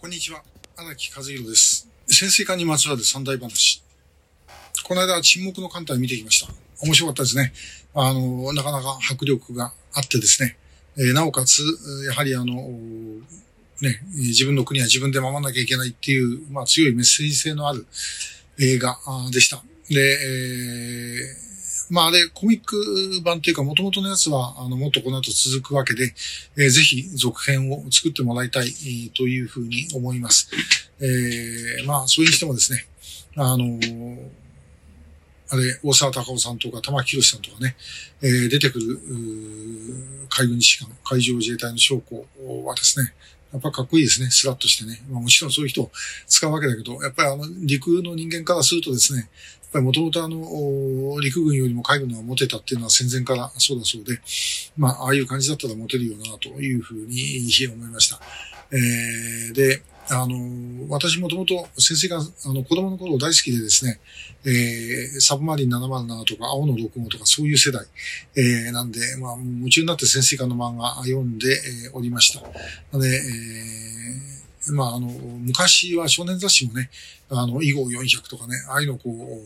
んにちは、荒木和弘です。潜水艦にまつわる三大話。この間、沈黙の艦隊見てきました。面白かったですね。なかなか迫力があってですね。なおかつ、やはり自分の国は自分で守らなきゃいけないっていう、強いメッセージ性のある映画でした。で、あれ、コミック版っていうか、元々のやつは、もっとこの後続くわけで、ぜひ続編を作ってもらいたい、というふうに思います。それにしてもですね、大沢たかおさんとか玉木宏さんとかね、出てくる、海軍士官、海上自衛隊の将校はですね、やっぱかっこいいですね。スラッとしてね。もちろんそういう人を使うわけだけど、やっぱり陸の人間からするとですね、やっぱりもともと陸軍よりも海軍の方がモテたっていうのは戦前からそうだそうで、ああいう感じだったらモテるよなというふうに思いました。で、私もともと潜水艦、子供の頃大好きでですね、サブマリン707とか青の6号とかそういう世代、なんで、夢中になって潜水艦の漫画読んで、おりました。で、昔は少年雑誌もね、囲碁400とかね、ああいうの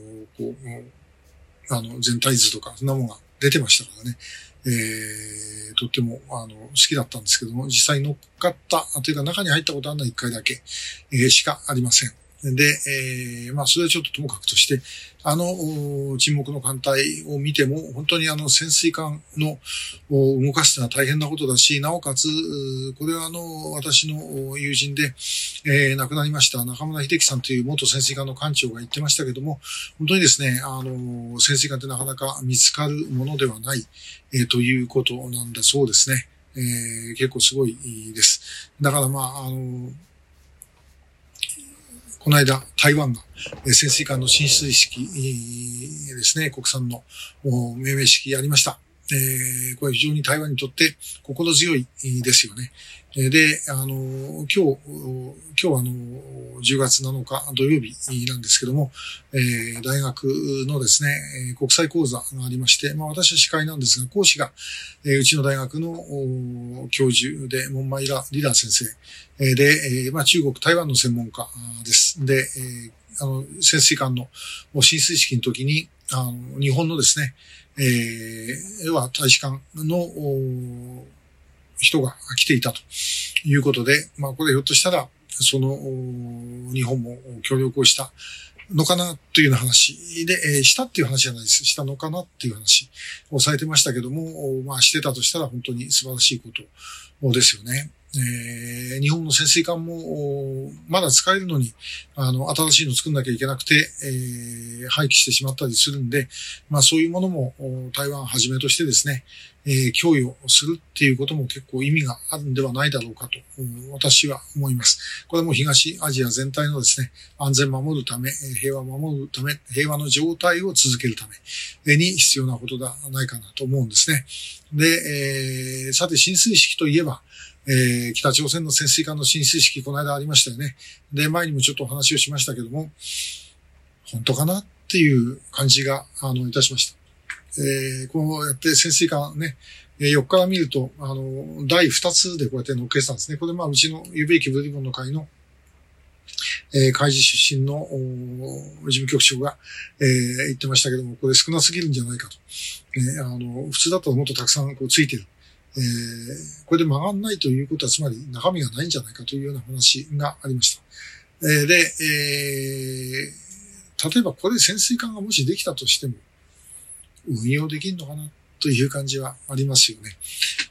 全体図とか、そんなものが出てましたからね。とっても、好きだったんですけども、実際乗っかった、というか中に入ったことあるのは1回だけ、しかありません。で、それはちょっとともかくとして、沈黙の艦隊を見ても、本当に潜水艦の動かすのは大変なことだし、なおかつ、これは私の友人で、亡くなりました中村秀樹さんという元潜水艦の艦長が言ってましたけども、本当にですね、潜水艦ってなかなか見つかるものではない、ということなんだそうですね。結構すごいです。だからこの間、台湾が潜水艦の進出式ですね、国産の命名式やりました。これ非常に台湾にとって心強いですよね。で、今日は10月7日土曜日なんですけども、大学のですね、国際講座がありまして、私は司会なんですが、講師が、うちの大学の教授で、門前リラー先生で、中国、台湾の専門家です。で、潜水艦の進水式の時に、日本のですね、大使館の人が来ていたということで、これひょっとしたら、日本も協力をしたのかなというような話で、したっていう話じゃないです。したのかなっていう話をされてましたけども、してたとしたら本当に素晴らしいことですよね。日本の潜水艦もまだ使えるのに新しいの作んなきゃいけなくて、廃棄してしまったりするんで、そういうものも台湾をはじめとしてですね、供与するっていうことも結構意味があるんではないだろうかと私は思います。これも東アジア全体のですね、安全を守るため、平和を守るため、平和の状態を続けるために必要なことではないかなと思うんですね。で、さて進水式といえば、北朝鮮の潜水艦の進水式この間ありましたよね。で、前にもちょっとお話をしましたけども、本当かなっていう感じが、いたしました。こうやって潜水艦ね、横から見ると、第2つでこうやって乗っけてたんですね。これうちのゆべきブルリボンの会の、海事出身の事務局長が、言ってましたけども、これ少なすぎるんじゃないかと。普通だったらもっとたくさんついてる。これで曲がんないということは、つまり中身がないんじゃないかというような話がありました。で、例えばこれ潜水艦がもしできたとしても、運用できるのかなという感じはありますよね。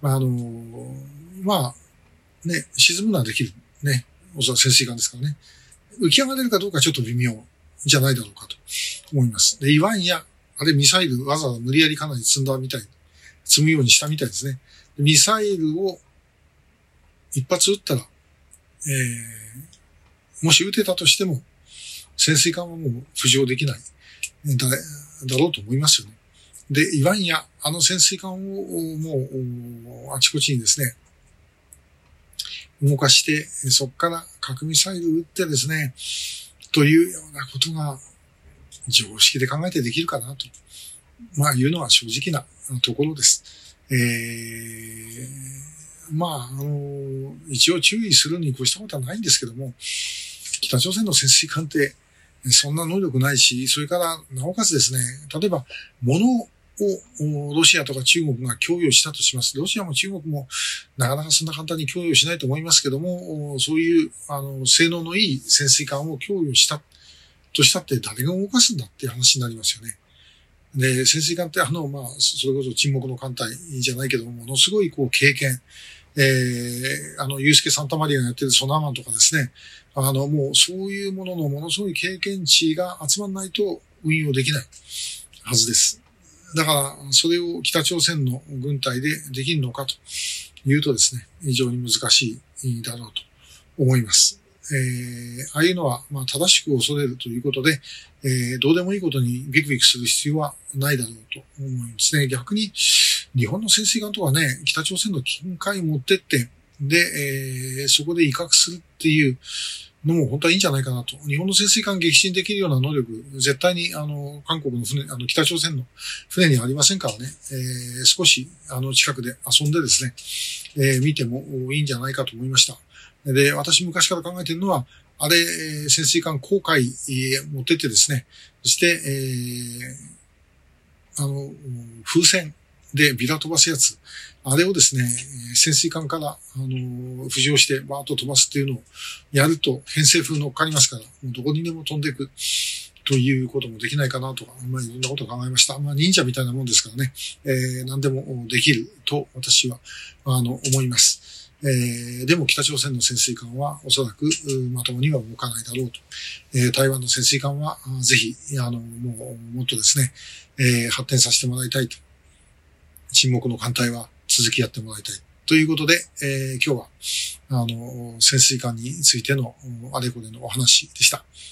沈むのはできる。ね。おそらく潜水艦ですからね。浮き上がれるかどうかちょっと微妙じゃないだろうかと思います。で、いわんや、あれミサイルわざわざ無理やりかなり積むようにしたみたいですね。ミサイルを一発撃ったら、もし撃てたとしても、潜水艦はもう浮上できないだろうと思いますよね。で、いわんや、潜水艦をもう、あちこちにですね、動かして、そこから核ミサイル撃ってですね、というようなことが、常識で考えてできるかなと、いうのは正直なところです。 一応注意するに越したことはないんですけども、北朝鮮の潜水艦ってそんな能力ないし、それからなおかつですね、例えば物をロシアとか中国が供与したとします。ロシアも中国もなかなかそんな簡単に供与しないと思いますけども、そういう性能のいい潜水艦を供与したとしたって誰が動かすんだっていう話になりますよね。で、潜水艦ってそれこそ沈黙の艦隊じゃないけども、ものすごい経験、ユースケ・サンタマリアがやってるソナーマンとかですね、もうそういうもののものすごい経験値が集まらないと運用できないはずです。だから、それを北朝鮮の軍隊でできるのかというとですね、非常に難しいだろうと思います。ああいうのは、正しく恐れるということで、どうでもいいことにビクビクする必要はないだろうと思いますね。逆に、日本の潜水艦とかね、北朝鮮の近海に持ってって、で、そこで威嚇するっていうのも本当はいいんじゃないかなと。日本の潜水艦撃沈できるような能力、絶対に韓国の船、北朝鮮の船にはありませんからね、少し近くで遊んでですね、見てもいいんじゃないかと思いました。で、私昔から考えているのは、潜水艦航海持ってってですね、そして、風船でビラ飛ばすやつ、あれをですね、潜水艦から、浮上してバーッと飛ばすっていうのをやると偏西風乗っかりますから、もうどこにでも飛んでいくということもできないかなとか、いろんなことを考えました。忍者みたいなもんですからね、何でもできると私は、思います。でも北朝鮮の潜水艦はおそらくまともには動かないだろうと。台湾の潜水艦はぜひ、もっとですね、発展させてもらいたいと。沈黙の艦隊は続きやってもらいたい。ということで、今日は、潜水艦についてのあれこれのお話でした。